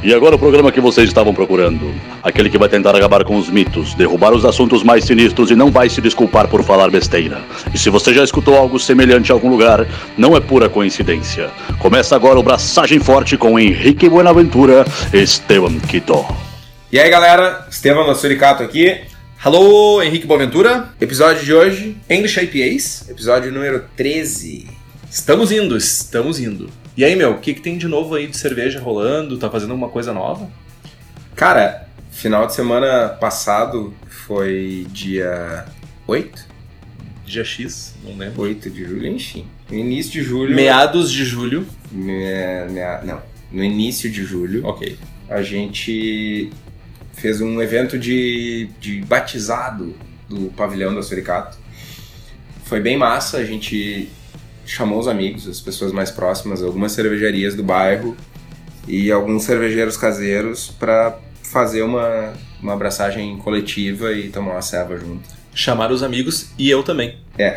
E agora o programa que vocês estavam procurando. Aquele que vai tentar acabar com os mitos, derrubar os assuntos mais sinistros e não vai se desculpar por falar besteira. E se você já escutou algo semelhante em algum lugar, não é pura coincidência. Começa agora o Braçagem Forte com Henrique Buenaventura e Esteban Quito. E aí galera, Esteban da Suricato aqui. Alô, Henrique Boaventura. Episódio de hoje, English IPAs. episódio número 13. Estamos indo. E aí, meu, o que tem de novo aí de cerveja rolando? Tá fazendo alguma coisa nova? Cara, final de semana passado foi dia 8? Dia X, não lembro. 8 de julho, enfim. No início de julho... Meados de julho. Não, no início de julho. Ok. A gente fez um evento de batizado do pavilhão da Suricato. Foi bem massa, a gente chamou os amigos, as pessoas mais próximas, algumas cervejarias do bairro e alguns cervejeiros caseiros para fazer uma abraçagem coletiva e tomar uma ceva junto. Chamaram os amigos e eu também. É.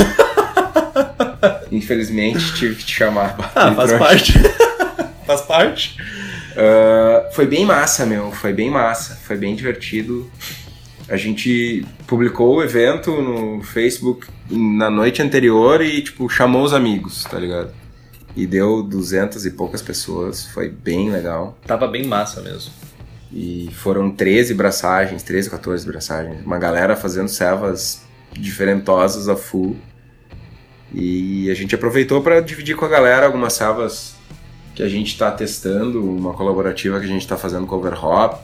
Infelizmente tive que te chamar. Faz parte. Faz parte. Foi bem massa, meu. Foi bem massa. Foi bem divertido. A gente publicou o evento no Facebook na noite anterior e, tipo, chamou os amigos, tá ligado? E deu 200 e poucas pessoas. Foi bem legal. Tava bem massa mesmo. E foram 13 braçagens, 13 ou 14 braçagens. Uma galera fazendo cevas diferentosas a full. E a gente aproveitou para dividir com a galera algumas cevas que a gente tá testando, uma colaborativa que a gente tá fazendo com Overhop,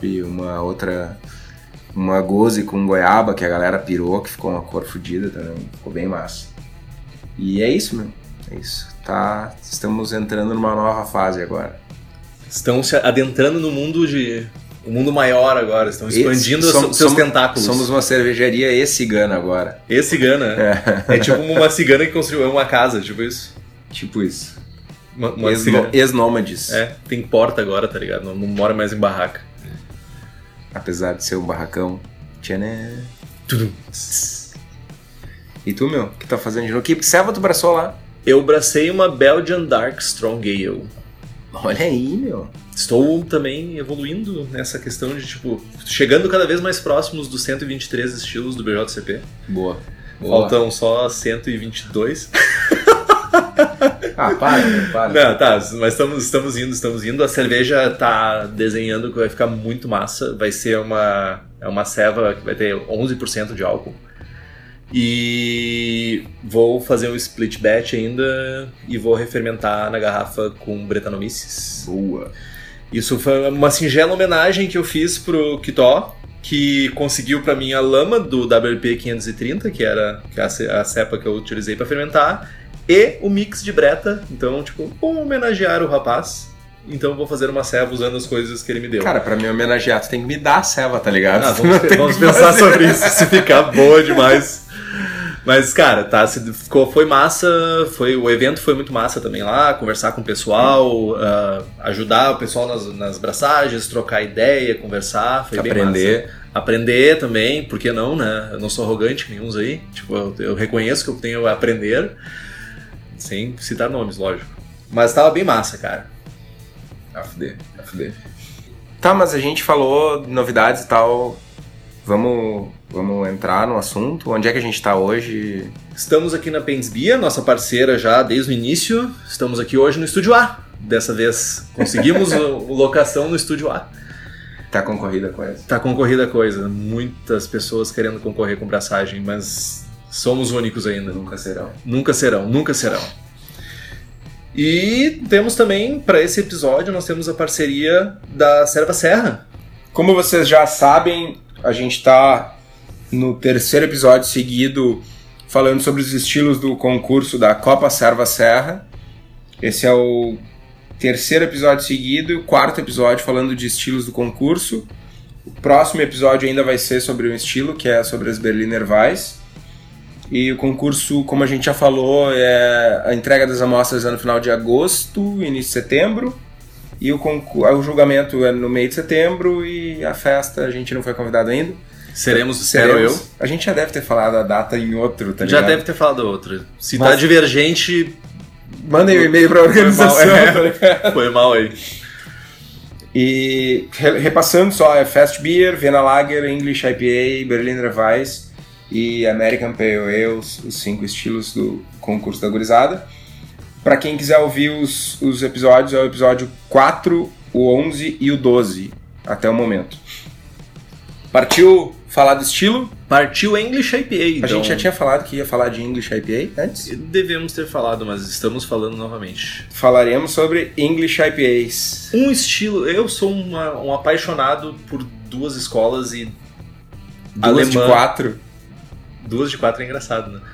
uma goze com goiaba que a galera pirou, que ficou uma cor fodida também, ficou bem massa. E é isso, meu, é isso. Estamos entrando numa nova fase agora. Estão se adentrando no mundo o mundo maior agora, estão expandindo seus tentáculos. Somos uma cervejaria e-cigana agora. E-cigana? É tipo uma cigana que construiu uma casa, tipo isso? Tipo isso. Ex-nômades. Tem porta agora, tá ligado? Não mora mais em barraca. Apesar de ser um barracão. Tchané. Tudum. E tu, meu? O que tá fazendo de novo? Que ceva tu braçou lá? Eu bracei uma Belgian Dark Strong Ale. Olha aí, meu. Estou também evoluindo nessa questão de, tipo, chegando cada vez mais próximos dos 123 estilos do BJCP. Boa. Faltam só 122. Para. Não, tá, mas estamos indo. A cerveja tá desenhando que vai ficar muito massa. Vai ser uma ceva que vai ter 11% de álcool. E vou fazer um split batch ainda e vou refermentar na garrafa com Brettanomyces. Boa. Isso foi uma singela homenagem que eu fiz pro Quitó, que conseguiu pra mim a lama do WLP 530, que era a cepa que eu utilizei pra fermentar, e o mix de Bretta. Então, tipo, vou homenagear o rapaz. Então vou fazer uma ceva usando as coisas que ele me deu. Cara, pra me homenagear, tu tem que me dar a ceva, tá ligado? Vamos pensar sobre isso, se ficar boa demais. Mas, cara, foi massa, o evento foi muito massa também lá, conversar com o pessoal, ajudar o pessoal nas braçagens, trocar ideia, conversar, foi bem massa. Aprender também, por que não, né? Eu não sou arrogante que nem uns aí, tipo, eu reconheço que eu tenho a aprender, sem citar nomes, lógico. Mas tava bem massa, cara. A fuder. Tá, mas a gente falou de novidades e tal, vamos entrar no assunto. Onde é que a gente tá hoje? Estamos aqui na Pensbia, nossa parceira já desde o início. Estamos aqui hoje no Estúdio A. Dessa vez conseguimos locação no Estúdio A. Tá concorrida a coisa? Tá concorrida a coisa. Muitas pessoas querendo concorrer com braçagem, mas somos únicos ainda. Nunca serão. Nunca serão. E temos também, para esse episódio, nós temos a parceria da Serva Serra. Como vocês já sabem, a gente tá no 3º episódio seguido falando sobre os estilos do concurso da Copa Serva Serra. Esse é o 3º episódio seguido e o 4º episódio falando de estilos do concurso. O próximo episódio ainda vai ser sobre um estilo, que é sobre as Berliner Weiss. E o concurso, como a gente já falou, a entrega das amostras é no final de agosto, início de setembro. E o julgamento é no meio de setembro e a festa a gente não foi convidado ainda. Seremos, espero eu. A gente já deve ter falado a data em outro, tá ligado? Já deve ter falado outra. Se tá divergente... Mandem um e-mail pra organização. Foi mal aí. E repassando só, é Fast Beer, Vienna Lager, English IPA, Berliner Weiss e American Pale Ale, os 5 estilos do concurso da gurizada. Para quem quiser ouvir os episódios, é o episódio 4, o 11 e o 12, até o momento. Partiu falar do estilo? Partiu English IPA, então. A gente já tinha falado que ia falar de English IPA antes? Devemos ter falado, mas estamos falando novamente. Falaremos sobre English IPAs. Um estilo... Eu sou um apaixonado por 2 escolas e... 2 de 4? 2 de 4 é engraçado, né?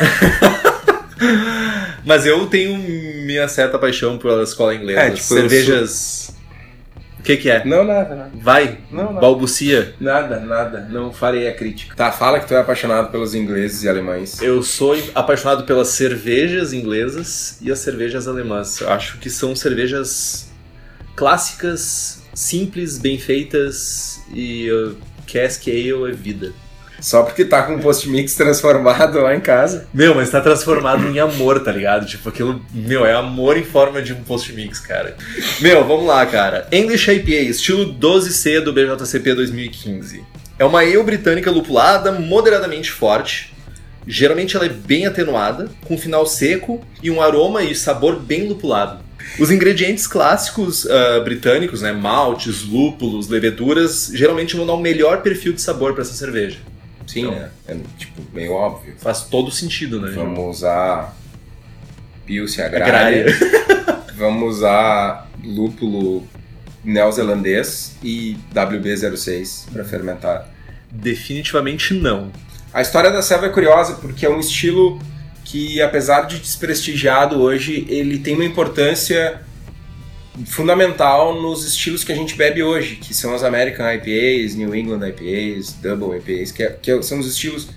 Mas eu tenho minha certa paixão pela escola inglesa. Tipo, cervejas... O que é? Não, nada. Vai, não. balbucia. Nada. Não farei a crítica. Tá, fala que tu é apaixonado pelos ingleses e alemães. Eu sou apaixonado pelas cervejas inglesas e as cervejas alemãs. Eu acho que são cervejas clássicas, simples, bem feitas e cask ale é vida. Só porque tá com um post-mix transformado lá em casa. Meu, mas tá transformado em amor, tá ligado? Tipo, aquilo, é amor em forma de um post-mix, cara. Vamos lá, cara. English IPA, estilo 12C do BJCP 2015. É uma ale britânica lupulada, moderadamente forte. Geralmente ela é bem atenuada, com final seco e um aroma e sabor bem lupulado. Os ingredientes clássicos britânicos, né, maltes, lúpulos, leveduras, geralmente vão dar um melhor perfil de sabor para essa cerveja. Sim, então, é tipo meio óbvio. Faz todo sentido, né? Vamos usar Pilsen agrária. Vamos usar lúpulo neozelandês e WB06 para fermentar. Definitivamente não. A história da Selva é curiosa porque é um estilo que, apesar de desprestigiado hoje, ele tem uma importância fundamental nos estilos que a gente bebe hoje, que são as American IPAs, New England IPAs, Double IPAs, que são os estilos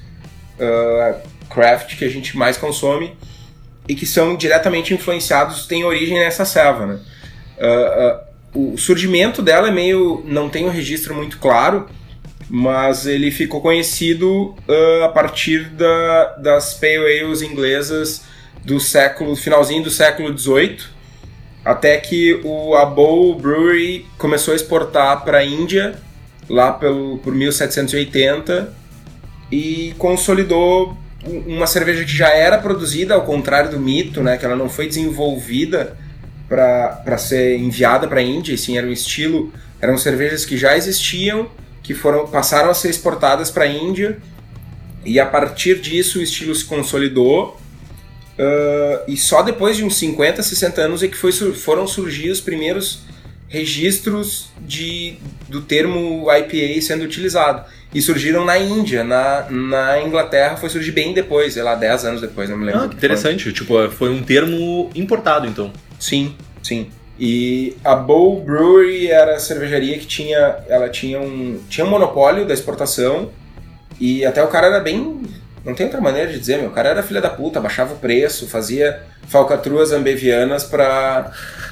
craft que a gente mais consome e que são diretamente influenciados, têm origem nessa selva, né? O surgimento dela não tem um registro muito claro, mas ele ficou conhecido a partir das Pale Ales inglesas do finalzinho do século XVIII, até que a Bow Brewery começou a exportar para a Índia, lá por 1780, e consolidou uma cerveja que já era produzida, ao contrário do mito, né, que ela não foi desenvolvida para ser enviada para a Índia, e sim eram cervejas que já existiam, que passaram a ser exportadas para a Índia, e a partir disso o estilo se consolidou. E só depois de uns 50, 60 anos é que foram surgir os primeiros registros do termo IPA sendo utilizado. E surgiram na Índia, na Inglaterra foi surgir bem depois, sei lá, 10 anos depois, não me lembro. Que interessante, tipo, foi um termo importado então. Sim. E a Bow Brewery era a cervejaria que tinha um monopólio da exportação, e até o cara era bem... Não tem outra maneira de dizer, o cara era filha da puta, baixava o preço, fazia falcatruas ambevianas pra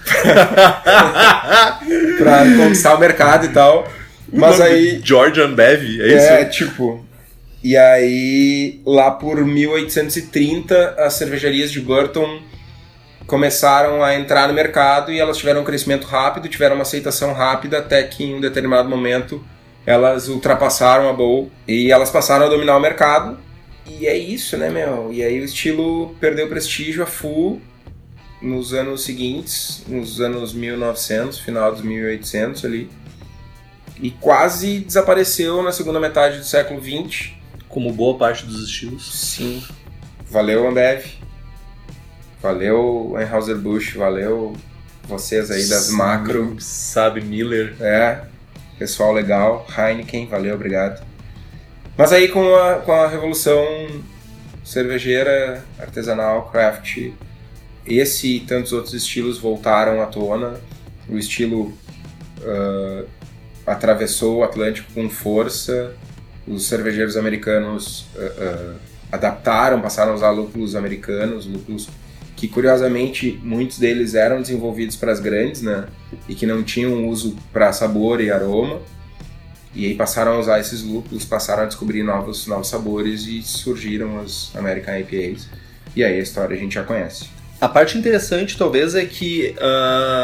conquistar o mercado e tal. Mas aí... George Ambev, é isso? Tipo... E aí, lá por 1830, as cervejarias de Burton começaram a entrar no mercado e elas tiveram um crescimento rápido, tiveram uma aceitação rápida, até que em um determinado momento elas ultrapassaram a Bow e elas passaram a dominar o mercado. E é isso, né, E aí o estilo perdeu prestígio a full nos anos seguintes, nos anos 1900, final dos 1800 ali. E quase desapareceu na segunda metade do século XX. Como boa parte dos estilos. Sim. Valeu, Ambev. Valeu, Anheuser-Busch. Valeu vocês aí das macro. Sabe, Miller. Pessoal legal. Heineken, valeu, obrigado. Mas aí com a revolução cervejeira, artesanal, craft, esse e tantos outros estilos voltaram à tona. O estilo atravessou o Atlântico com força. Os cervejeiros americanos adaptaram, passaram a usar lúpulos americanos, lúpulos que curiosamente muitos deles eram desenvolvidos para as grandes, né? E que não tinham uso para sabor e aroma. E aí passaram a usar esses lúpulos, passaram a descobrir novos sabores e surgiram as American IPAs. E aí a história a gente já conhece. A parte interessante talvez é que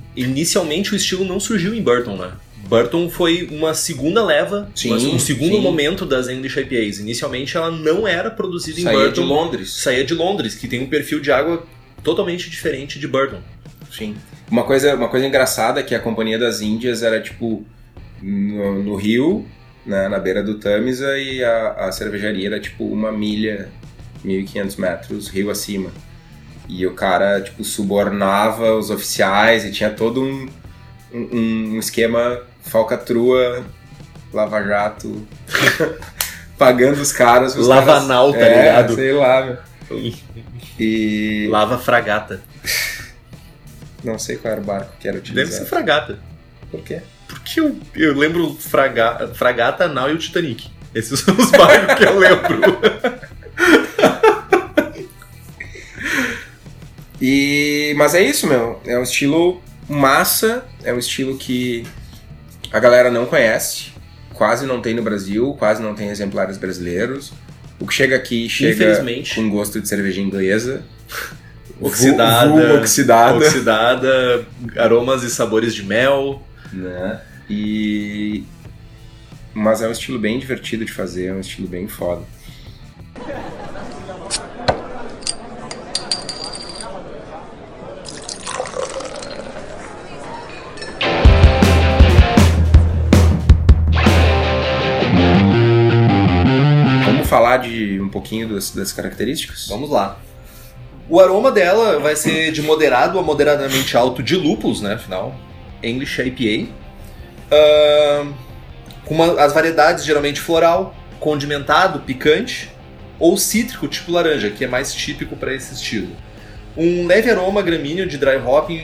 inicialmente o estilo não surgiu em Burton, né? Burton foi uma segunda leva, um segundo momento das English IPAs. Inicialmente ela não era produzida em Burton. Saía de Londres, que tem um perfil de água totalmente diferente de Burton. Sim. Uma coisa engraçada é que a Companhia das Índias era tipo no rio, né, na beira do Tâmisa, e a cervejaria era tipo 1 milha, 1.500 metros, rio acima. E o cara tipo subornava os oficiais e tinha todo um esquema falcatrua, lava-jato, pagando os caras. Lavanal, tá ligado? Sei lá, meu. E... Lava fragata. Não sei qual era o barco que era utilizado. Deve ser fragata. Por quê? Porque eu lembro fragata, nau e o Titanic. Esses são os barcos que eu lembro. Mas é isso, meu. É um estilo massa, é um estilo que a galera não conhece, quase não tem no Brasil, quase não tem exemplares brasileiros. O que chega aqui chega com gosto de cerveja inglesa. Oxidada, aromas e sabores de mel. Né? Mas é um estilo bem divertido de fazer, é um estilo bem foda. Falar de um pouquinho das características? Vamos lá. O aroma dela vai ser de moderado a moderadamente alto de lúpulos, né? Afinal, English IPA. Com as variedades geralmente floral, condimentado, picante ou cítrico, tipo laranja, que é mais típico para esse estilo. Um leve aroma gramíneo de dry hopping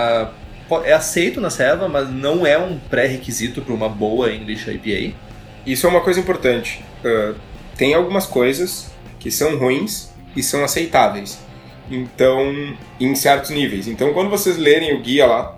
é aceito na serva, mas não é um pré-requisito para uma boa English IPA. Isso é uma coisa importante. Tem algumas coisas que são ruins e são aceitáveis. Então, em certos níveis. Então, quando vocês lerem o guia lá,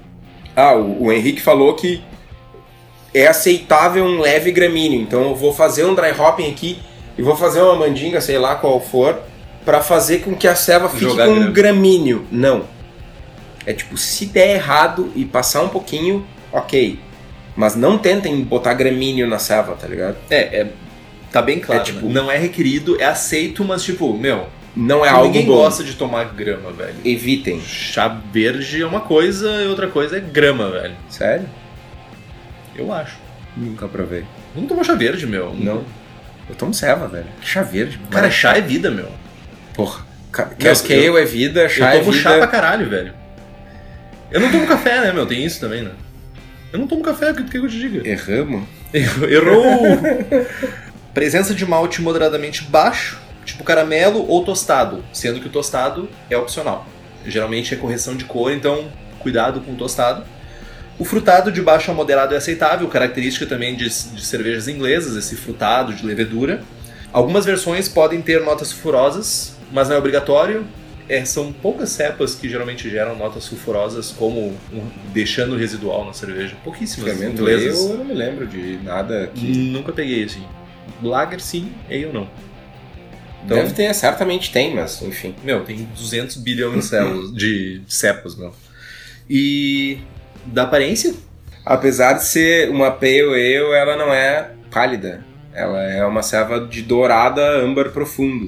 o Henrique falou que é aceitável um leve gramíneo. Então, eu vou fazer um dry hopping aqui e vou fazer uma mandinga, sei lá qual for, para fazer com que a ceva fique com um gramíneo. Não. É tipo, se der errado e passar um pouquinho, ok. Mas não tentem botar gramíneo na ceva, tá ligado? Tá bem claro, tipo, não é requerido, é aceito, mas tipo, não é algo ninguém bom. Gosta de tomar grama, velho. Evitem. Chá verde é uma coisa e outra coisa é grama, velho. Sério? Eu acho. Nunca provei. Não tomou chá verde, meu. Não. Eu tomo ceva, velho. Chá verde. Cara, chá é vida, meu. Porra. Cascale é vida, chá é vida. Eu tomo chá pra caralho, velho. Eu não tomo café, né, meu? Tem isso também, né? Eu não tomo café, o que eu te diga? Erramos? Errou! Presença de malte moderadamente baixo, tipo caramelo ou tostado, sendo que o tostado é opcional. Geralmente é correção de cor, então cuidado com o tostado. O frutado de baixo a moderado é aceitável, característica também de cervejas inglesas, esse frutado de levedura. Algumas versões podem ter notas sulfurosas, mas não é obrigatório. São poucas cepas que geralmente geram notas sulfurosas, como deixando residual na cerveja. Pouquíssimas inglesas. Eu não me lembro de nada que... Nunca peguei assim. Lager sim, ale não. Então, deve ter, certamente tem, mas enfim. Tem 200 bilhões de cepas, E da aparência? Apesar de ser uma pale ale, ela não é pálida. Ela é uma ceva de dourada âmbar profundo.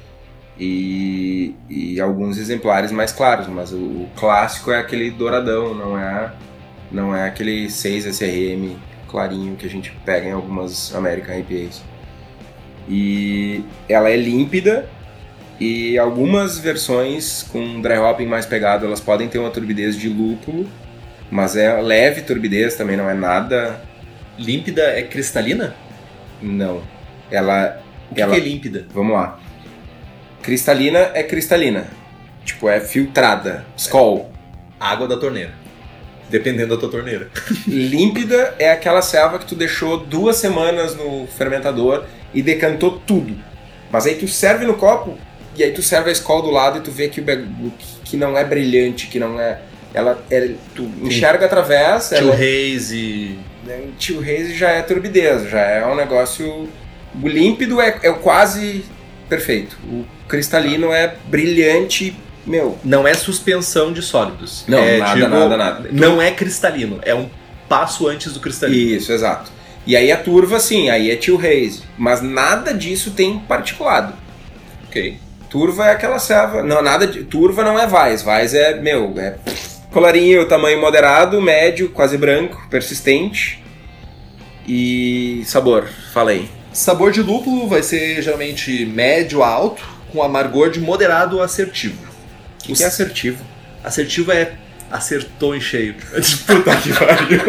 E alguns exemplares mais claros, mas o clássico é aquele douradão, não é aquele 6 SRM clarinho que a gente pega em algumas American IPAs. E ela é límpida e algumas versões com dry hopping mais pegado, elas podem ter uma turbidez de lúpulo, mas é leve turbidez, também não é nada... Límpida é cristalina? Não. O que é límpida? Vamos lá. Cristalina é cristalina. Tipo, é filtrada. Skol. Água da torneira. Dependendo da tua torneira. Límpida é aquela ceva que tu deixou 2 semanas no fermentador e decantou tudo. Mas aí tu serve no copo e aí tu serve a Skol do lado e tu vê que não é brilhante, que não é... tu enxerga através... Tio Haze... Tio Haze já é turbidez, já é um negócio... O límpido é quase perfeito. O cristalino é brilhante Não é suspensão de sólidos. Não, é, nada. Não é cristalino, é um passo antes do cristalino. Isso, exato. E aí a turva, sim, aí é Teal Haze. Mas nada disso tem particulado. Ok. Turva é aquela serva... Não, nada de... Turva não é Weiss. Weiss é, é colarinho, tamanho moderado, médio, quase branco, persistente. E sabor, fala aí. Sabor de lúpulo vai ser geralmente médio a alto, com amargor de moderado a assertivo. O que é assertivo? Assertivo é acertou em cheio. Puta que pariu.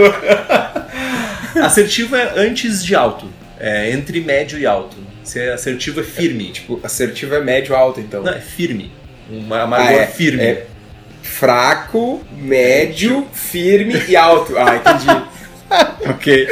Assertivo é antes de alto. É entre médio e alto. Se é assertivo é firme. Tipo, assertivo é médio alto, então. Não, é firme. Um amargor firme. É fraco, médio, firme e alto. Ah, entendi. Ok.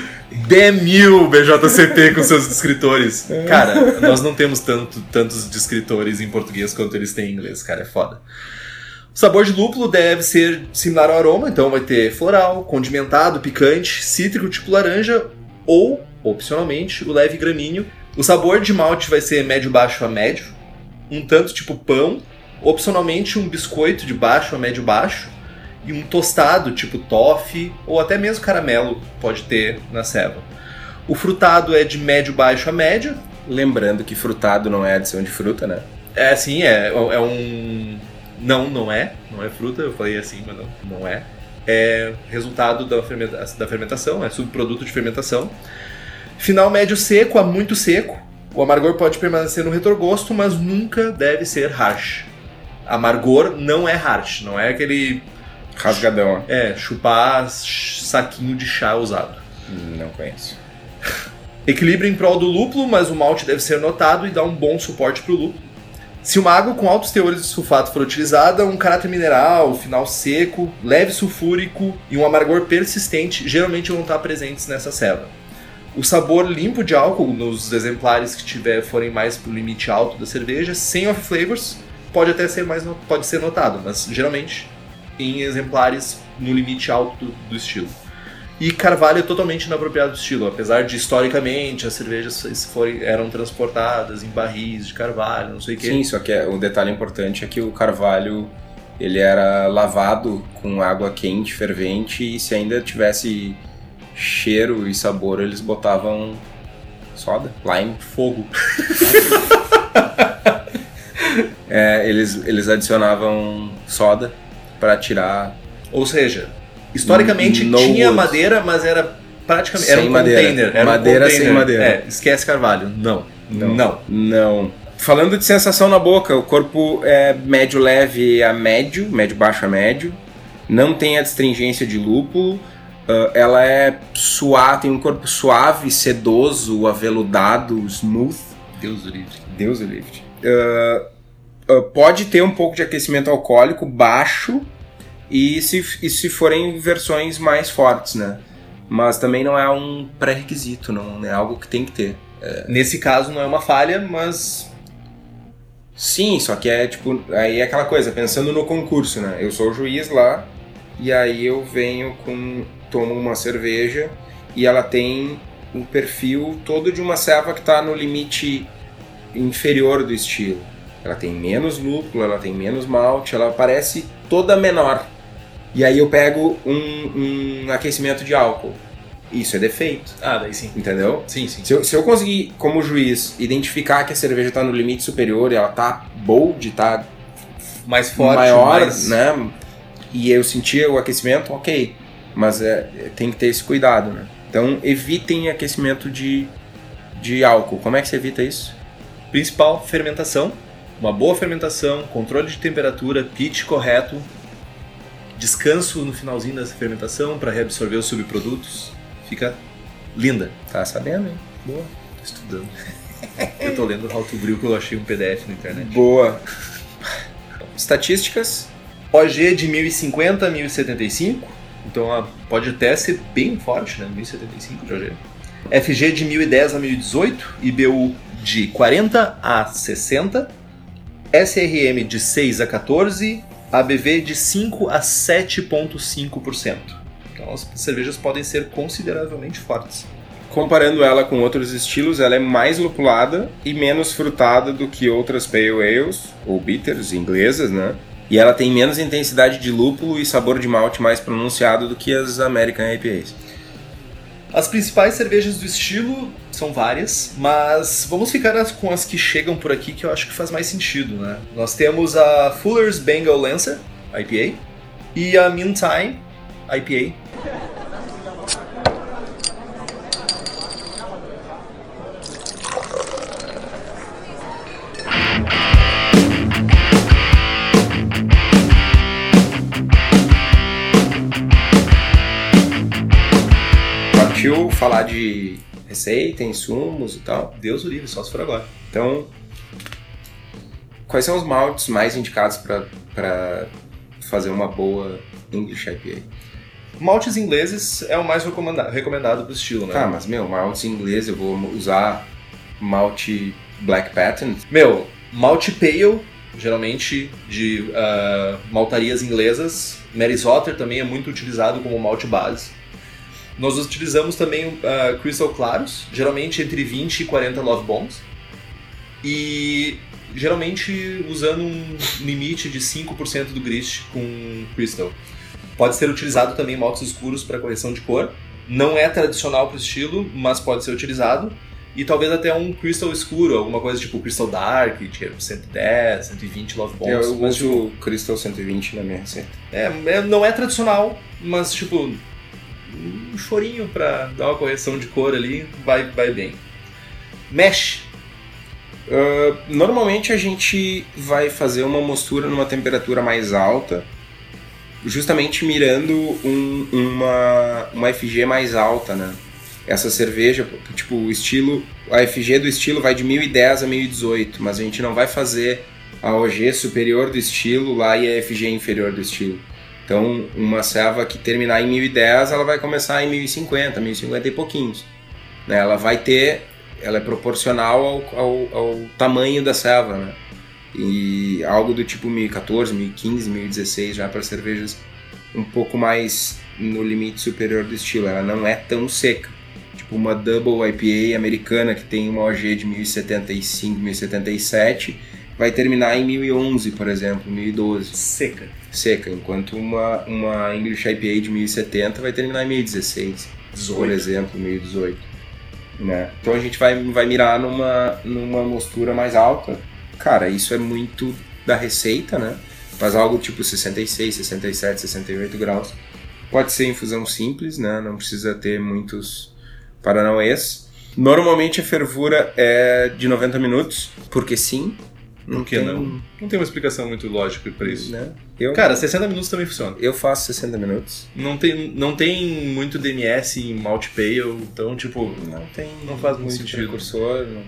D1000 BJCP com seus descritores. Cara, nós não temos tantos descritores em português quanto eles têm em inglês, cara, é foda. O sabor de lúpulo deve ser similar ao aroma, então vai ter floral, condimentado, picante, cítrico tipo laranja ou, opcionalmente, o leve gramíneo. O sabor de malte vai ser médio-baixo a médio, um tanto tipo pão, opcionalmente um biscoito de baixo a médio-baixo, e um tostado, tipo toffee, ou até mesmo caramelo, pode ter na ceva. O frutado é de médio-baixo a médio. Lembrando que frutado não é adição de fruta, né? É, sim, é um... Não é fruta, eu falei assim, mas não é. É resultado da fermentação, é subproduto de fermentação. Final médio seco a muito seco. O amargor pode permanecer no retrogosto, mas nunca deve ser harsh. Amargor não é harsh, não é aquele... Rasgadão. É, chupar saquinho de chá usado. Não conheço. Equilíbrio em prol do lúpulo, mas o malte deve ser notado e dar um bom suporte para o lúpulo. Se uma água com altos teores de sulfato for utilizada, um caráter mineral, final seco, leve sulfúrico e um amargor persistente geralmente vão estar presentes nessa ceva. O sabor limpo de álcool, nos exemplares que forem mais para o limite alto da cerveja, sem off flavors, pode até ser pode ser notado, mas geralmente em exemplares no limite alto do estilo. E carvalho é totalmente inapropriado do estilo, apesar de historicamente as cervejas eram transportadas em barris de carvalho, não sei o que. Sim, só que o detalhe importante é que o carvalho ele era lavado com água quente, fervente, e se ainda tivesse cheiro e sabor, eles botavam soda, lime, fogo. Eles adicionavam soda para tirar. Ou seja, historicamente tinha wood. Madeira, mas era praticamente Sem era um madeira. container. Era Madeira um container. sem madeira. Esquece carvalho. Não. Falando de sensação na boca, o corpo é médio leve a médio, médio baixo a médio. Não tem a astringência de lúpulo. Ela é suave, tem um corpo suave, sedoso, aveludado, smooth. Deus o livre. Pode ter um pouco de aquecimento alcoólico baixo e se forem versões mais fortes, né? Mas também não é um pré-requisito, não é algo que tem que ter. Nesse caso não é uma falha, mas... Sim, só que é tipo... Aí é aquela coisa, pensando no concurso, né? Eu sou o juiz lá e aí eu venho tomo uma cerveja e ela tem um perfil todo de uma ceva que está no limite inferior do estilo. Ela tem menos lúpulo, ela tem menos malte, ela parece toda menor. E aí eu pego um aquecimento de álcool. Isso é defeito. Ah, daí sim. Entendeu? Sim, sim. Se eu conseguir, como juiz, identificar que a cerveja está no limite superior e ela tá bold, tá mais forte, maior, né? E eu sentir o aquecimento, ok. Mas tem que ter esse cuidado, né? Então evitem aquecimento de álcool. Como é que você evita isso? Principal, fermentação. Uma boa fermentação, controle de temperatura, pitch correto, descanso no finalzinho dessa fermentação para reabsorver os subprodutos. Fica linda. Tá sabendo, hein? Boa. Tô estudando. Eu tô lendo How to Brew, que eu achei um PDF na internet. Boa. Estatísticas. OG de 1050 a 1075. Então pode até ser bem forte, né? 1075 de OG. FG de 1010 a 1018. IBU de 40 a 60. SRM de 6 a 14. ABV de 5 a 7,5%. Então as cervejas podem ser consideravelmente fortes. comparando ela com outros estilos, ela é mais lupulada e menos frutada do que outras Pale Ales, ou bitters inglesas, né? E ela tem menos intensidade de lúpulo e sabor de malte mais pronunciado do que as American IPAs. As principais cervejas do estilo são várias, mas vamos ficar com as que chegam por aqui, que eu acho que faz mais sentido, né? Nós temos a Fuller's Bengal Lancer IPA e a Meantime IPA. Partiu falar de receita, insumos e tal. Deus o livre, só se for agora. Então, quais são os maltes mais indicados para fazer uma boa English IPA? Maltes ingleses é o mais recomendado pro estilo, né? Tá, mas maltes inglês, eu vou usar malte Black Patent. Malte pale, geralmente de maltarias inglesas. Mary's Otter também é muito utilizado como malte base. Nós utilizamos também Crystal Claros, geralmente entre 20 e 40 love bombs. E geralmente usando um limite de 5% do grist com Crystal. Pode ser utilizado também maltes escuros para correção de cor. Não é tradicional para o estilo, mas pode ser utilizado. E talvez até um Crystal escuro, alguma coisa tipo Crystal Dark, tipo 110, 120 love bombs. Eu uso o Crystal 120 na minha receita. Não é tradicional, mas tipo um chorinho para dar uma correção de cor ali, vai bem. Mash. Normalmente a gente vai fazer uma mostura numa temperatura mais alta, justamente mirando uma FG mais alta, né? Essa cerveja, tipo, a FG do estilo vai de 1010 a 1018, mas a gente não vai fazer a OG superior do estilo lá e a FG inferior do estilo. Então, uma ceva que terminar em 1010, ela vai começar em 1050, 1050 e pouquinhos. Né? Ela é proporcional ao tamanho da ceva, né? E algo do tipo 1014, 1015, 1016 já para cervejas um pouco mais no limite superior do estilo. Ela não é tão seca. Tipo uma Double IPA americana que tem uma OG de 1075, 1077, vai terminar em 1011, por exemplo, 1012. Seca, enquanto uma English IPA de 1070 vai terminar em 1016, 18. Por exemplo, 1018. Né? Então a gente vai mirar numa mostura mais alta. Cara, isso é muito da receita, né? Faz algo tipo 66, 67, 68 graus. Pode ser infusão simples, né? Não precisa ter muitos paranauês. Normalmente a fervura é de 90 minutos, porque sim. Por que não? Não tem uma explicação muito lógica pra isso. Né? Cara, 60 minutos também funciona. Eu faço 60 minutos. Não tem muito DMS em Malt Pale, então, tipo... Não faz muito sentido. Precursor, não...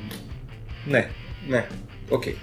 Né. Ok.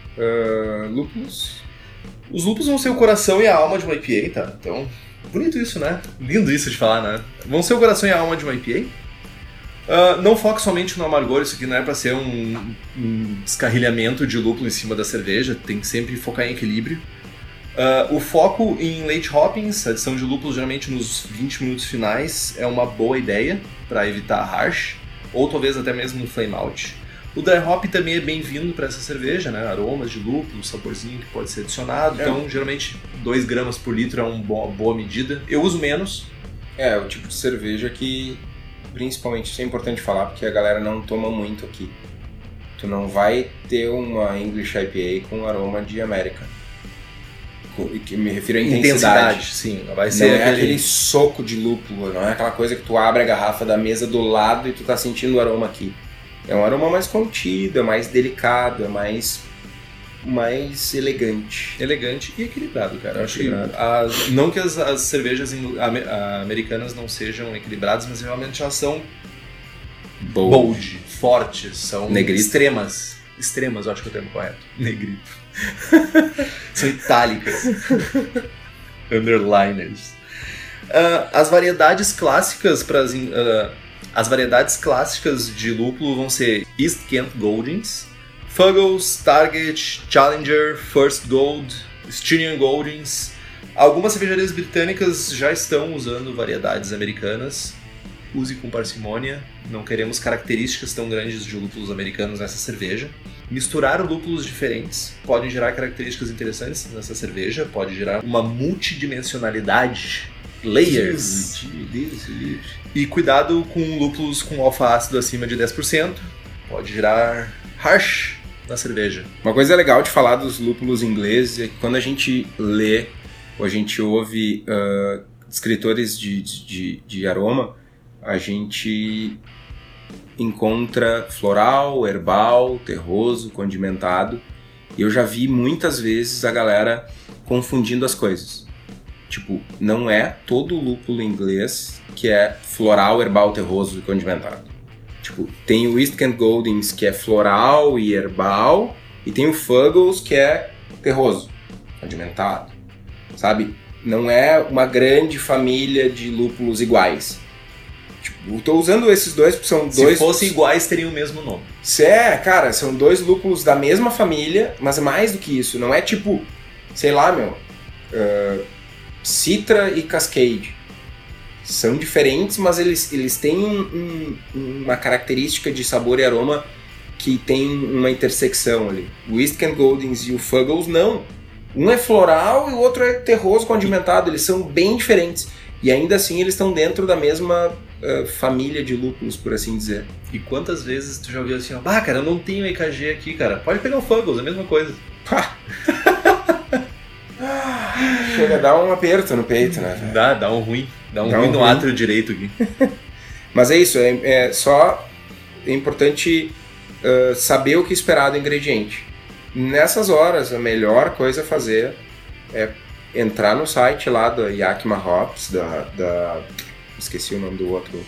Lúpulos? Os lúpulos vão ser o coração e a alma de uma IPA, tá? Então, bonito isso, né? Lindo isso de falar, né? Vão ser o coração e a alma de uma IPA. Não foque somente no amargor, isso aqui não é para ser um descarrilhamento de lúpulo em cima da cerveja, tem que sempre focar em equilíbrio. O foco em late hoppings, adição de lúpulo geralmente nos 20 minutos finais, é uma boa ideia para evitar harsh, ou talvez até mesmo no flame out. O dry hop também é bem-vindo para essa cerveja, né? Aromas de lúpulo, saborzinho que pode ser adicionado, então geralmente 2 gramas por litro é uma boa medida. Eu uso menos. É o tipo de cerveja que... Principalmente, isso é importante falar, porque a galera não toma muito aqui. Tu não vai ter uma English IPA com aroma de América. Que me refiro à intensidade. Sim, vai ser não aquele soco de lúpulo, não é aquela coisa que tu abre a garrafa da mesa do lado e tu tá sentindo o aroma aqui. É um aroma mais contido, é mais delicado, é mais elegante. Elegante e equilibrado, cara. Acho que não que as cervejas americanas não sejam equilibradas, mas realmente elas são bold, fortes, são negrito. Extremas, eu acho que é o termo correto. Negrito. São itálicas. Underliners. As variedades clássicas as variedades clássicas de lúpulo vão ser East Kent Goldings, Fuggles, Target, Challenger, First Gold, Styrian Goldings. Algumas cervejarias britânicas já estão usando variedades americanas. use com parcimônia, não queremos características tão grandes de lúpulos americanos nessa cerveja. Misturar lúpulos diferentes podem gerar características interessantes nessa cerveja, pode gerar uma multidimensionalidade, layers. E cuidado com lúpulos com alfa-ácido acima de 10%, pode gerar harsh na cerveja. Uma coisa legal de falar dos lúpulos ingleses é que quando a gente lê ou a gente ouve descritores de aroma, a gente encontra floral, herbal, terroso, condimentado. E eu já vi muitas vezes a galera confundindo as coisas. Tipo, não é todo lúpulo inglês que é floral, herbal, terroso e condimentado. Tipo, tem o East Kent Goldings que é floral e herbal, e tem o Fuggles que é terroso, condimentado, sabe? Não é uma grande família de lúpulos iguais. Tipo, eu tô usando esses dois porque são dois... Se fossem iguais, teriam o mesmo nome. Cara, são dois lúpulos da mesma família, mas é mais do que isso. Não é tipo, sei lá, Citra e Cascade. São diferentes, mas eles têm uma característica de sabor e aroma que tem uma intersecção ali. O East Kent Goldings e o Fuggles não. Um é floral e o outro é terroso condimentado. Eles são bem diferentes. E ainda assim eles estão dentro da mesma família de lúpulos, por assim dizer. E quantas vezes tu já ouviu assim, cara, eu não tenho EKG aqui, cara. Pode pegar o Fuggles, é a mesma coisa. Chega a dar um aperto no peito, né? Dá um ruim. Dá um ruim no átrio direito aqui. Mas é isso, é importante saber o que esperar do ingrediente. Nessas horas, a melhor coisa a fazer é entrar no site lá da Yakima Hops, esqueci o nome do outro.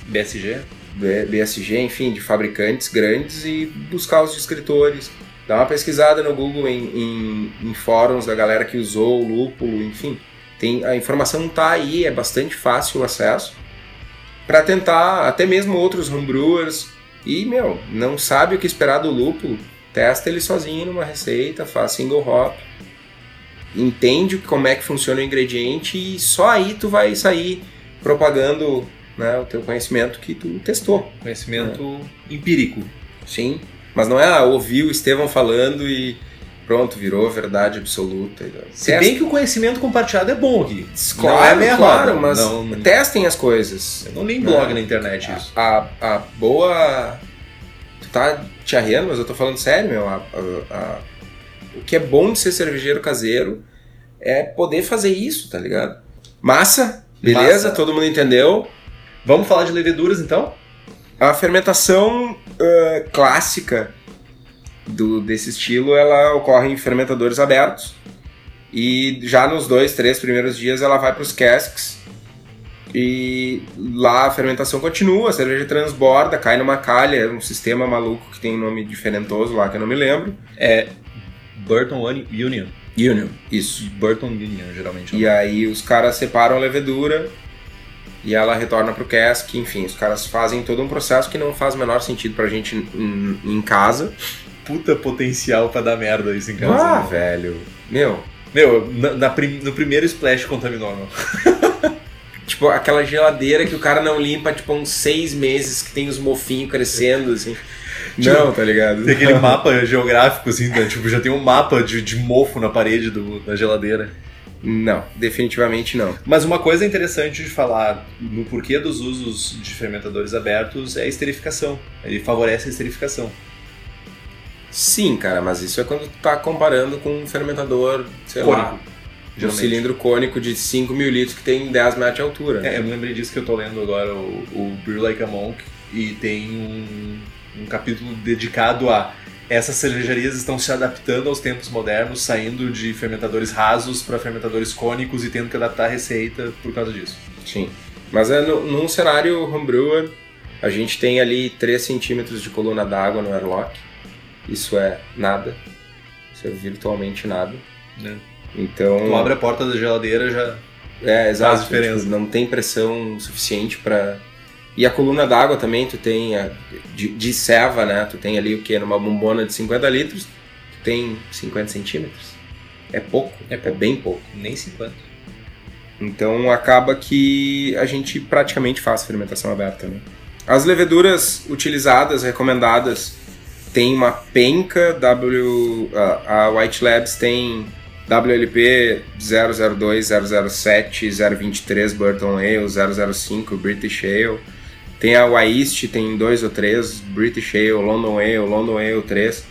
BSG, enfim, de fabricantes grandes, e buscar os descritores. Dá uma pesquisada no Google em fóruns da galera que usou o lúpulo, enfim. A informação tá aí, é bastante fácil o acesso. Para tentar, até mesmo outros homebrewers, e, não sabe o que esperar do lúpulo, testa ele sozinho numa receita, faz single hop, entende como é que funciona o ingrediente e só aí tu vai sair propagando, né, o teu conhecimento que tu testou. Conhecimento empírico. Sim, mas não é ouvir o Estevão falando e pronto, virou verdade absoluta. Se bem que o conhecimento compartilhado é bom aqui. Claro, não é claro, mas testem as coisas. Eu não li em blog na internet isso. A boa... Tu tá te arreando, mas eu tô falando sério, o que é bom de ser cervejeiro caseiro é poder fazer isso, tá ligado? Massa, beleza, Massa. Todo mundo entendeu. Vamos falar de leveduras então? A fermentação clássica desse estilo, ela ocorre em fermentadores abertos, e já nos 2-3 primeiros dias ela vai para os casks, e lá a fermentação continua, a cerveja transborda, cai numa calha, é um sistema maluco que tem um nome diferentoso lá que eu não me lembro. É Burton Union. Isso. Burton Union, geralmente. E aí os caras separam a levedura e ela retorna pro cask, enfim, os caras fazem todo um processo que não faz o menor sentido pra gente em casa. Puta potencial pra dar merda isso em casa. Velho. No primeiro splash contaminou, não. Tipo, aquela geladeira que o cara não limpa, tipo, uns 6 meses, que tem os mofinhos crescendo, assim. Não, tá ligado? Tem aquele mapa geográfico, assim, né? Tipo, já tem um mapa de mofo na parede da geladeira. Não, definitivamente não. Mas uma coisa interessante de falar no porquê dos usos de fermentadores abertos é a esterificação. Ele favorece a esterificação. Sim, cara, mas isso é quando tu tá comparando com um fermentador, sei lá, um cilindro cônico de 5 mil litros que tem 10 metros de altura. Eu me lembrei disso que eu tô lendo agora, o Brew Like a Monk, e tem um capítulo dedicado a essas cervejarias estão se adaptando aos tempos modernos, saindo de fermentadores rasos para fermentadores cônicos e tendo que adaptar a receita por causa disso. Sim, mas num cenário homebrewer, a gente tem ali 3 centímetros de coluna d'água no airlock. Isso é nada. Isso é virtualmente nada. Então... Tu abre a porta da geladeira, já exato, faz diferença. Tipo, não tem pressão suficiente para... E a coluna d'água também, tu tem de ceva, né? Tu tem ali o que? Numa bombona de 50 litros, tu tem 50 centímetros. É pouco, é bem pouco. Nem 50. Então acaba que a gente praticamente faz fermentação aberta, né? As leveduras utilizadas, recomendadas, tem uma penca, a White Labs tem WLP 002, 007, 023 Burton Ale, 005 British Ale. Tem a Wyeast, tem 2 ou 3, British Ale, London Ale 3.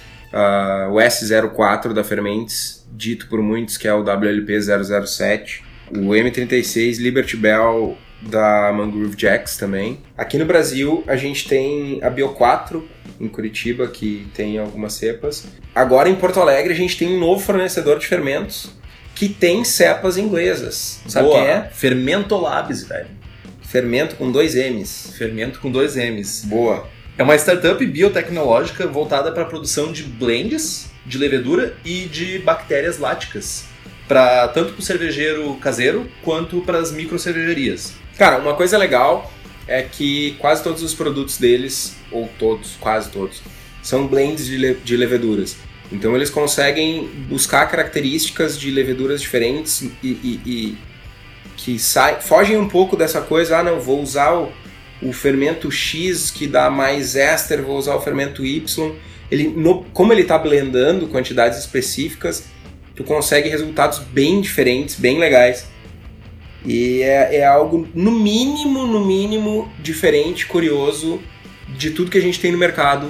O S04 da Fermentes, dito por muitos que é o WLP 007. O M36 Liberty Bell da Mangrove Jacks também. Aqui no Brasil a gente tem a Bio4 em Curitiba, que tem algumas cepas. Agora em Porto Alegre a gente tem um novo fornecedor de fermentos que tem cepas inglesas. Sabe quem é? Fermento Labs, velho. Fermento com 2 M's. Fermento com 2 M's. Boa. É uma startup biotecnológica voltada para a produção de blends de levedura e de bactérias láticas, tanto para o cervejeiro caseiro quanto para as micro cervejarias. Cara, uma coisa legal é que quase todos os produtos deles, ou todos, quase todos, são blends de leveduras. Então eles conseguem buscar características de leveduras diferentes e que fogem um pouco dessa coisa, não, vou usar o fermento X que dá mais éster, vou usar o fermento Y. Como ele está blendando quantidades específicas, tu consegue resultados bem diferentes, bem legais. E é algo, no mínimo, diferente, curioso de tudo que a gente tem no mercado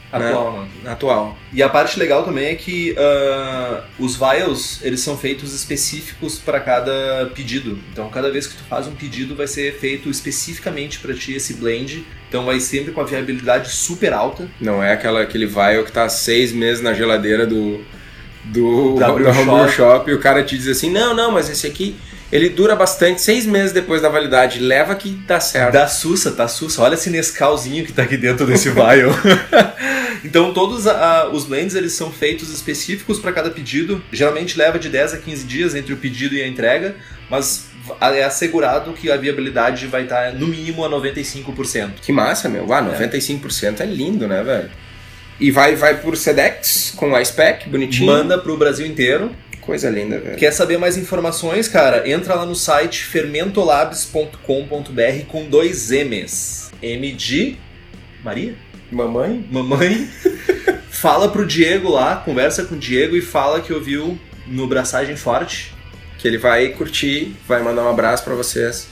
atual. E a parte legal também é que os vials, eles são feitos específicos para cada pedido. Então, cada vez que tu faz um pedido, vai ser feito especificamente para ti esse blend. Então, vai sempre com a viabilidade super alta. Não é aquele vial que tá 6 meses na geladeira do Homebrew Shop e o cara te diz assim, não, mas esse aqui ele dura bastante, 6 meses depois da validade, leva que dá certo. Tá sussa, olha esse Nescauzinho que tá aqui dentro desse vial. Então todos os blends eles são feitos específicos para cada pedido, geralmente leva de 10 a 15 dias entre o pedido e a entrega, mas é assegurado que a viabilidade vai estar no mínimo a 95%. Que massa, meu, 95% é lindo, né, velho? E vai por Sedex com ice pack, bonitinho. Manda pro Brasil inteiro. Coisa linda, velho. Quer saber mais informações, cara? Entra lá no site fermentolabs.com.br com 2 M's. M de Maria? Mamãe. Fala pro Diego lá, conversa com o Diego e fala que ouviu no Braçagem Forte. Que ele vai curtir, vai mandar um abraço pra vocês.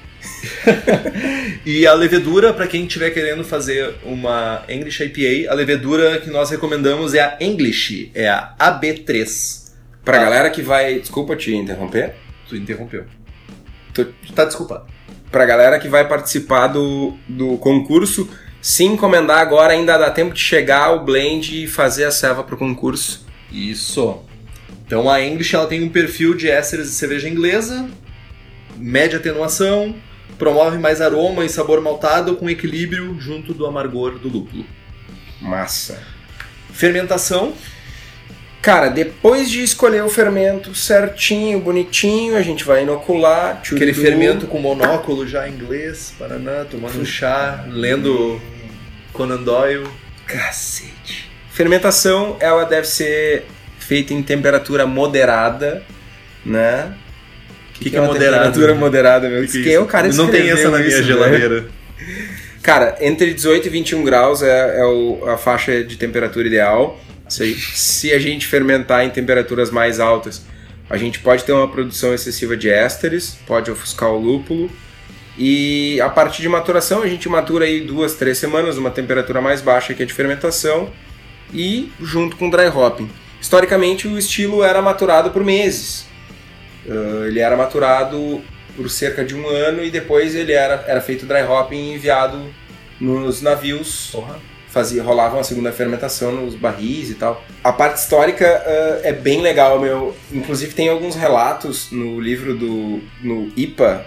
E a levedura, para quem estiver querendo fazer uma English IPA, a levedura que nós recomendamos é a English, é a AB3. Pra galera que vai... Desculpa te interromper. Tu interrompeu. Tu tá desculpado. Pra galera que vai participar do concurso, se encomendar agora, ainda dá tempo de chegar o blend e fazer a serva pro concurso. Isso. Então a English ela tem um perfil de ésteres de cerveja inglesa, média atenuação, promove mais aroma e sabor maltado com equilíbrio junto do amargor do lúpulo. Massa. Fermentação. Cara, depois de escolher o fermento certinho, bonitinho, a gente vai inocular. Aquele fermento com monóculo já em inglês, Paraná, tomando um chá, lendo Conan Doyle. Cacete. Fermentação, ela deve ser feita em temperatura moderada, né? O que é moderada? Temperatura moderada, meu. Quem é o cara que não tem essa na minha geladeira. Cara, entre 18 e 21 graus é a faixa de temperatura ideal. Se a gente fermentar em temperaturas mais altas, a gente pode ter uma produção excessiva de ésteres, pode ofuscar o lúpulo. E a partir de maturação, a gente matura aí 2, 3 semanas, uma temperatura mais baixa que a de fermentação, e junto com dry hopping. Historicamente, o estilo era maturado por meses. Ele era maturado por cerca de 1 ano e depois ele era feito dry hopping e enviado nos navios. Rolava uma segunda fermentação nos barris e tal. A parte histórica é bem legal, meu. Inclusive tem alguns relatos no livro no IPA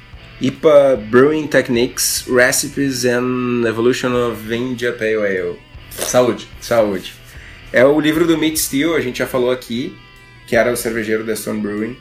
Brewing Techniques, Recipes and Evolution of India Pale Ale. Saúde. É o livro do Mitch Steele, a gente já falou aqui, que era o cervejeiro da Stone Brewing.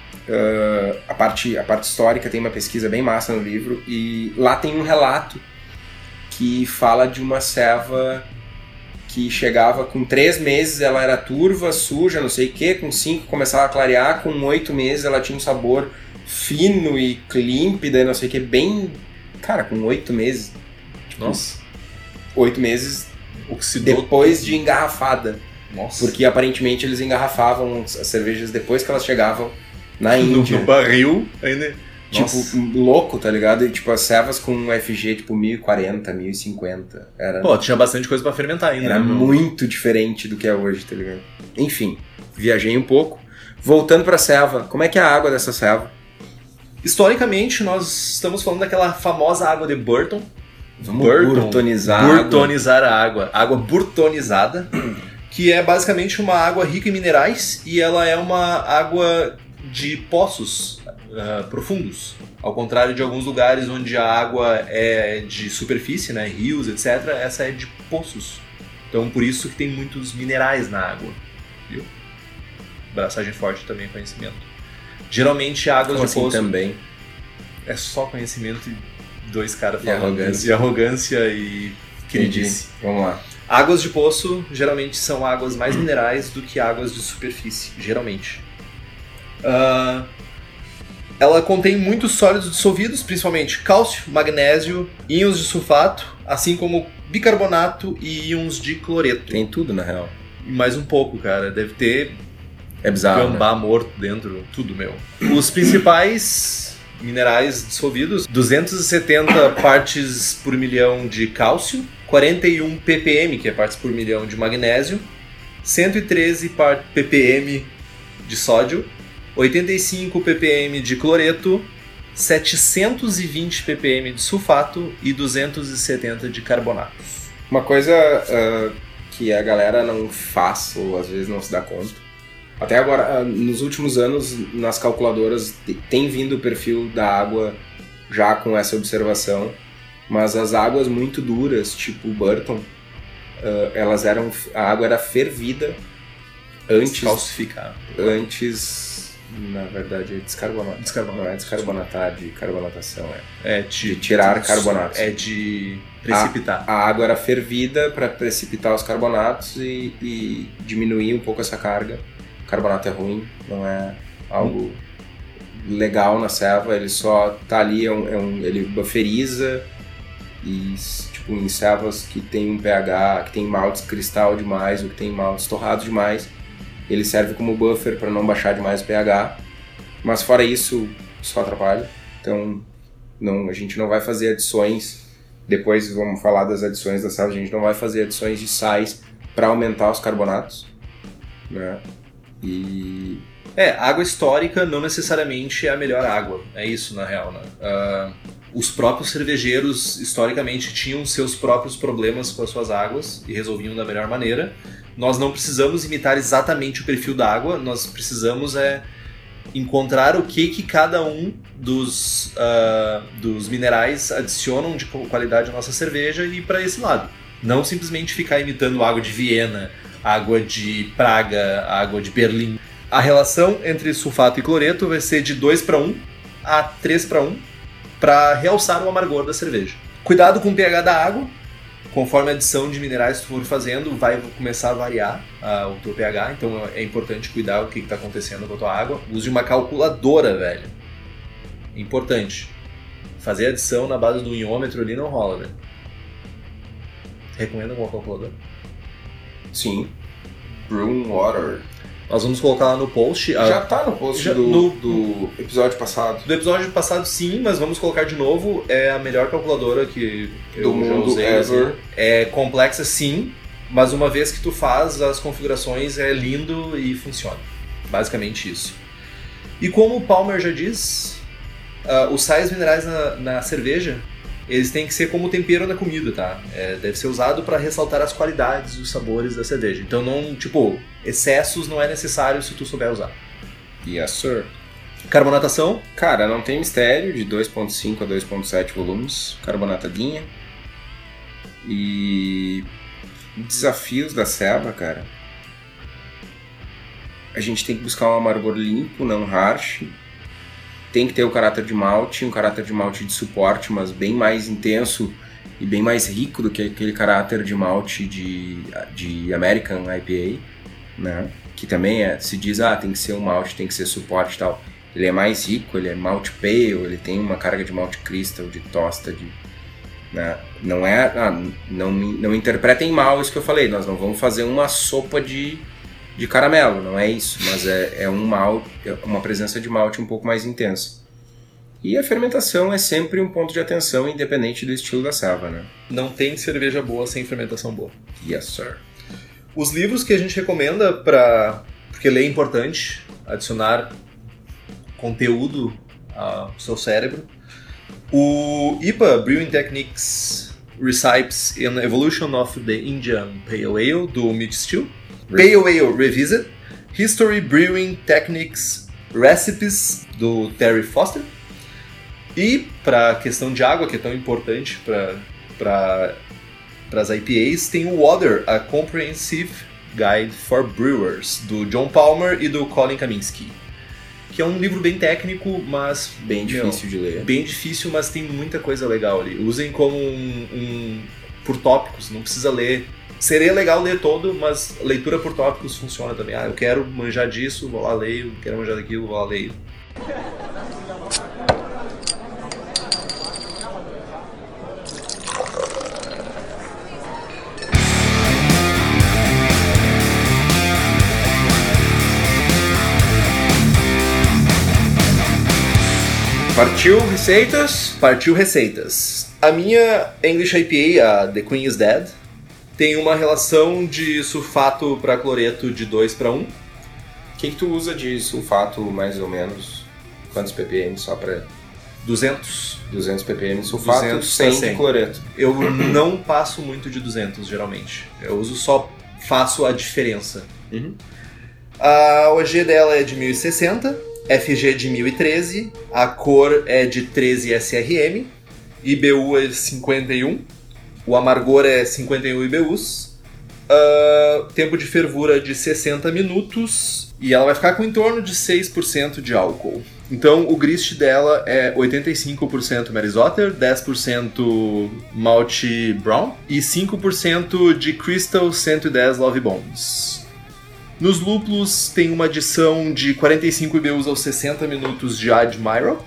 A parte histórica tem uma pesquisa bem massa no livro e lá tem um relato que fala de uma serva que chegava com 3 meses, ela era turva, suja, não sei o que, com 5 começava a clarear, com 8 meses ela tinha um sabor fino e límpida, não sei o que, bem... Cara, com 8 meses. Tipo, Nossa. 8 meses Oxidou depois tudo. de engarrafada. Nossa. Porque aparentemente eles engarrafavam as cervejas depois que elas chegavam na Índia. No barril ainda. Tipo, Nossa. louco, tá ligado? E tipo, as cevas com um FG tipo 1040, 1050. Pô, tinha bastante coisa pra fermentar ainda. Era né? muito diferente do que é hoje, tá ligado? Enfim, viajei um pouco. Voltando pra ceva, como é que é a água dessa ceva? Historicamente, nós estamos falando daquela famosa água de Burton. Vamos Burton. burtonizar a água. Burtonizar a água. Água burtonizada, que é basicamente uma água rica em minerais e ela é uma água de poços profundos. Ao contrário de alguns lugares onde a água é de superfície, né, rios, etc., essa é de poços. Então, por isso que tem muitos minerais na água. Viu? Braçagem forte também é conhecimento. Geralmente, águas Como de assim poço também? é só conhecimento e 2 caras E falando. arrogância. E arrogância e Entendi. queridice. Vamos lá. Águas de poço geralmente são águas mais minerais do que águas de superfície, geralmente. Ela contém muitos sólidos dissolvidos, principalmente cálcio, magnésio, íons de sulfato, assim como bicarbonato e íons de cloreto. Tem tudo, na real. E mais um pouco, cara. Deve ter É bizarro, gambá morto dentro, tudo, meu. Os principais minerais dissolvidos: 270 partes por milhão de cálcio, 41 ppm, que é partes por milhão de magnésio, 113 ppm de sódio, 85 ppm de cloreto, 720 ppm de sulfato e 270 de carbonatos. Uma coisa que a galera não faz, ou às vezes não se dá conta. Até agora, nos últimos anos, nas calculadoras, tem vindo o perfil da água já com essa observação. Mas as águas muito duras, tipo Burton, a água era fervida antes... Calcificado. Antes, na verdade, é descarbonato. Não é descarbonatar, de carbonatação. De tirar carbonatos. É de precipitar. A água era fervida para precipitar os carbonatos e diminuir um pouco essa carga. O carbonato é ruim, não é algo legal na ceva, ele só tá ali, ele bufferiza e tipo, em cevas que tem um pH, que tem maltes cristal demais ou que tem maltes torrados demais, ele serve como buffer para não baixar demais o pH, mas fora isso só atrapalha. Então a gente não vai fazer adições, depois vamos falar das adições da ceva, a gente não vai fazer adições de sais para aumentar os carbonatos, né? E... água histórica não necessariamente é a melhor água, é isso na real, né? Os próprios cervejeiros historicamente tinham seus próprios problemas com as suas águas e resolviam da melhor maneira. Nós não precisamos imitar exatamente o perfil da água, nós precisamos encontrar o que cada um dos minerais adicionam de qualidade à nossa cerveja e ir para esse lado. Não simplesmente ficar imitando água de Viena, água de Praga, água de Berlim. A relação entre sulfato e cloreto vai ser de 2:1 a 3:1 para realçar o amargor da cerveja. Cuidado com o pH da água. Conforme a adição de minerais que tu for fazendo, vai começar a variar o teu pH. Então é importante cuidar o que está acontecendo com a tua água. Use uma calculadora, velho. É importante. Fazer adição na base do iômetro ali não rola, velho. Recomenda alguma calculadora? Sim. Broom Water. Nós vamos colocar lá no post. Já tá no post do episódio passado. Do episódio passado, sim, mas vamos colocar de novo. É a melhor calculadora que do eu mundo já usei. ever. É complexa, sim, mas uma vez que tu faz as configurações é lindo e funciona. Basicamente isso. E como o Palmer já diz, os sais minerais na cerveja, eles têm que ser como tempero na comida, tá? Deve ser usado para ressaltar as qualidades e os sabores da cerveja. Então, excessos não é necessário se tu souber usar. Yes, sir. Carbonatação? Cara, não tem mistério, de 2.5 a 2.7 volumes, carbonatadinha. E desafios da ceva, cara. A gente tem que buscar um amargor limpo, não harsh. Tem que ter o caráter de malte, um caráter de malte de suporte, mas bem mais intenso e bem mais rico do que aquele caráter de malte de American IPA, né? Que também se diz, tem que ser um malte, tem que ser suporte e tal. Ele é mais rico, ele é malt pale, ele tem uma carga de malt crystal, de tosta, né? Não interpretem mal isso que eu falei, nós não vamos fazer uma sopa de caramelo, não é isso, mas é uma presença de malte um pouco mais intensa. E a fermentação é sempre um ponto de atenção, independente do estilo da serva, né? Não tem cerveja boa sem fermentação boa. Yes, sir. Os livros que a gente recomenda porque ler é importante, adicionar conteúdo ao seu cérebro. O IPA, Brewing Techniques, Recipes and Evolution of the Indian Pale Ale, do Mitch Steele. Pale Ale Revisit. History, Brewing Techniques, Recipes, do Terry Foster. E para a questão de água, que é tão importante para as IPAs, tem o Water, a Comprehensive Guide for Brewers, do John Palmer e do Colin Kaminsky. Que é um livro bem técnico, mas... Bem difícil de ler. Bem difícil, mas tem muita coisa legal ali. Usem como por tópicos, não precisa ler. Seria legal ler todo, mas leitura por tópicos funciona também. Eu quero manjar disso, vou lá leio. Quero manjar daquilo, vou lá leio. Partiu receitas? Partiu receitas. A minha English IPA, a The Queen is Dead, tem uma relação de sulfato para cloreto de 2:1. O que tu usa de sulfato, mais ou menos? Quantos ppm só para... 200. 200 ppm de sulfato, 200 100 100. de cloreto. Eu não passo muito de 200, geralmente. Eu uso só faço a diferença. Uhum. A OG dela é de 1060. FG de 1013, a cor é de 13 SRM, IBU é 51, o amargor é 51 IBUs, tempo de fervura de 60 minutos e ela vai ficar com em torno de 6% de álcool. Então o grist dela é 85% Merisotter, 10% Malte Brown e 5% de Crystal 110 Love Bones. Nos lúpulos tem uma adição de 45 IBUs aos 60 minutos de Admiral,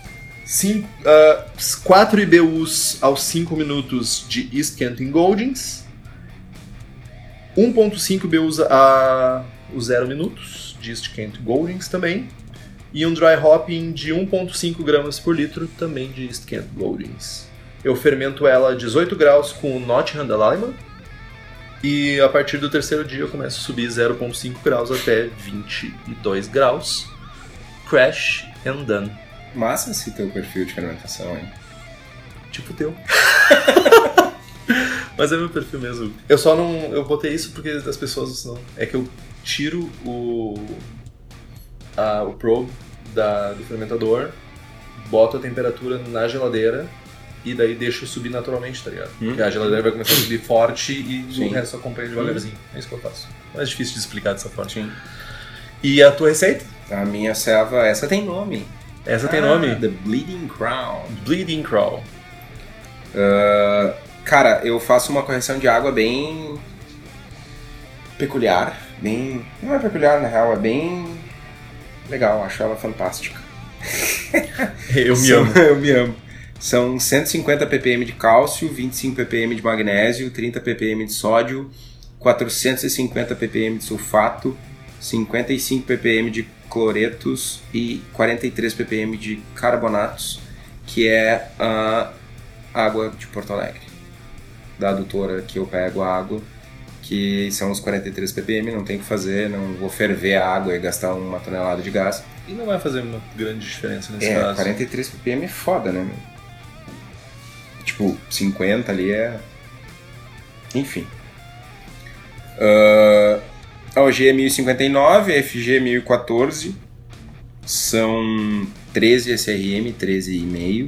4 IBUs aos 5 minutos de East Kent Goldings, 1.5 IBUs aos 0 minutos de East Kent Goldings também, e um dry hopping de 1.5 gramas por litro também de East Kent Goldings. Eu fermento ela a 18 graus com o Nottingham da Lima, e a partir do terceiro dia eu começo a subir 0,5 graus até 22 graus. Crash and done. Massa esse teu perfil de fermentação, hein? Tipo o teu. Mas é meu perfil mesmo. Eu só não... Eu botei isso porque as pessoas não... É que eu tiro o probe do fermentador, boto a temperatura na geladeira e daí deixo subir naturalmente, tá ligado? Porque a geladeira vai começar a subir forte e o resto acompanha devagarzinho. É isso que eu faço. Mais difícil de explicar dessa forma. Sim. E a tua receita? A minha serva, essa tem nome. Essa tem nome? The Bleeding Crown. Bleeding Crown. Cara, eu faço uma correção de água bem peculiar. Bem... Não é peculiar, na real, é bem legal. Acho ela fantástica. Eu me amo. Eu me amo. São 150 ppm de cálcio, 25 ppm de magnésio, 30 ppm de sódio, 450 ppm de sulfato, 55 ppm de cloretos e 43 ppm de carbonatos, que é a água de Porto Alegre, da adutora que eu pego a água, que são os 43 ppm, não tem o que fazer, não vou ferver a água e gastar uma tonelada de gás. E não vai fazer uma grande diferença nesse caso. 43 ppm é foda, né, meu? Tipo, 50 ali é... Enfim. A OG é 1059, a FG é 1014. São 13 SRM, 13,5.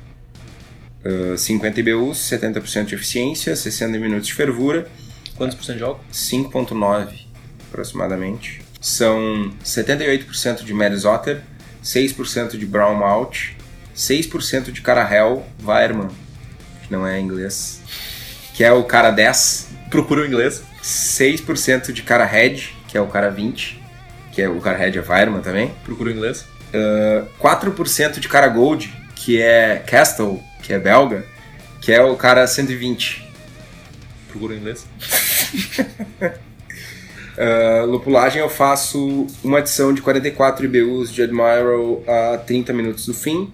50 IBUs, 70% de eficiência, 60 minutos de fervura. Quantos por cento de álcool? 5,9 aproximadamente. São 78% de Merisotter, 6% de Brown Malt, 6% de Carahel Weirmann, que não é inglês, que é o cara 10. Procura o inglês. 6% de cara Red, que é o cara 20, que é o cara Red é Weirmann também. Procura o inglês. 4% de cara Gold, que é Castle, que é belga, que é o cara 120. Procura em inglês. Lupulagem eu faço uma adição de 44 IBUs de Admiral a 30 minutos do fim.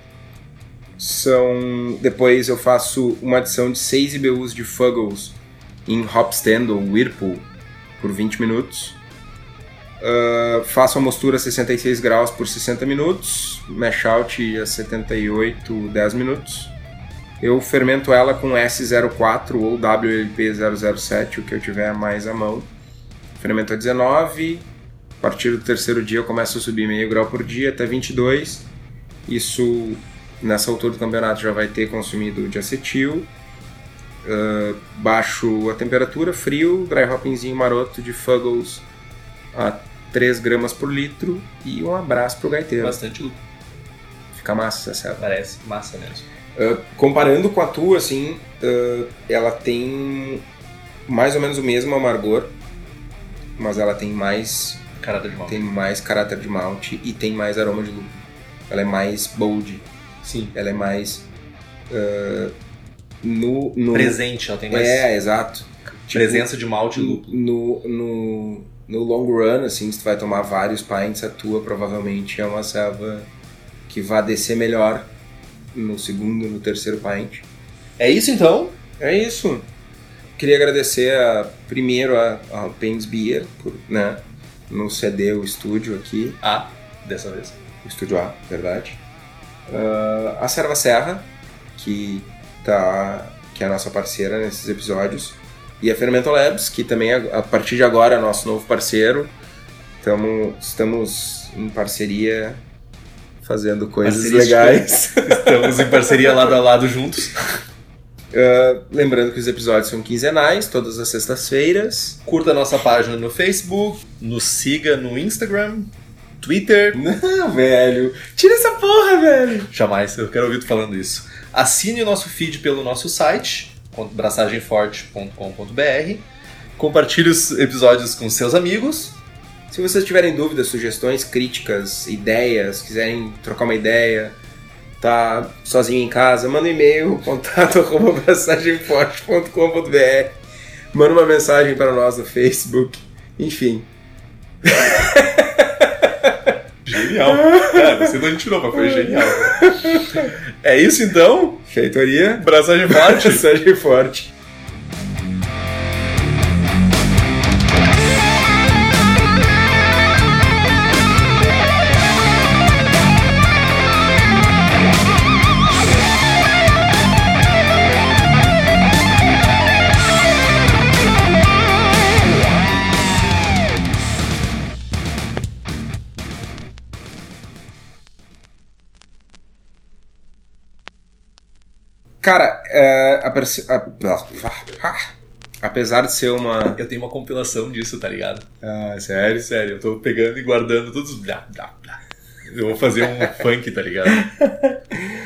Depois eu faço uma adição de 6 IBUs de Fuggles em Hopstand ou Whirlpool por 20 minutos. Faço a mostura a 66 graus por 60 minutos, mash out a 78, 10 minutos. Eu fermento ela com S04 ou WLP007, o que eu tiver mais à mão. Fermento a 19, a partir do terceiro dia eu começo a subir meio grau por dia até 22. Isso, nessa altura do campeonato, já vai ter consumido de acetil. Baixo a temperatura, frio, dry hoppingzinho maroto de Fuggles a 3 gramas por litro e um abraço pro gaiteiro. Bastante lucro. Fica massa, certo? Parece massa mesmo. Comparando com a tua, assim, ela tem mais ou menos o mesmo amargor, mas ela tem mais caráter de malte. Tem mais caráter de malte e tem mais aroma de lúpulo. Ela é mais bold. Sim. Ela é mais presente, ela tem mais exato. Presença de malte e lúpulo. No long run, assim, se tu vai tomar vários pints, a tua provavelmente é uma serva que vai descer melhor no segundo, no terceiro pint. É isso então? É isso. Queria agradecer primeiro a Payne's Beer por, nos ceder o estúdio aqui. Dessa vez. O estúdio A, verdade. A Serva Serra, que é a nossa parceira nesses episódios. E a Fermento Labs, que também a partir de agora é nosso novo parceiro. Estamos em parceria fazendo coisas legais. Estamos em parceria lado a lado juntos. Lembrando que os episódios são quinzenais, todas as sextas-feiras. Curta a nossa página no Facebook, nos siga no Instagram, Twitter. Não, velho. Tira essa porra, velho. Jamais, eu quero ouvir tu falando isso. Assine o nosso feed pelo nosso site, braçagemforte.com.br. Compartilhe os episódios com seus amigos. Se vocês tiverem dúvidas, sugestões, críticas, ideias, quiserem trocar uma ideia, tá sozinho em casa, manda um e-mail, contato@braçagemforte.com.br, manda uma mensagem para nós no Facebook, enfim. Genial. Você não tirou, mas foi genial. É isso então? Feitoria. Braçagem forte. Braçagem forte. Cara, apesar de ser uma... Eu tenho uma compilação disso, tá ligado? Sério? Sério, eu tô pegando e guardando todos os blá, blá, blá. Eu vou fazer um funk, tá ligado?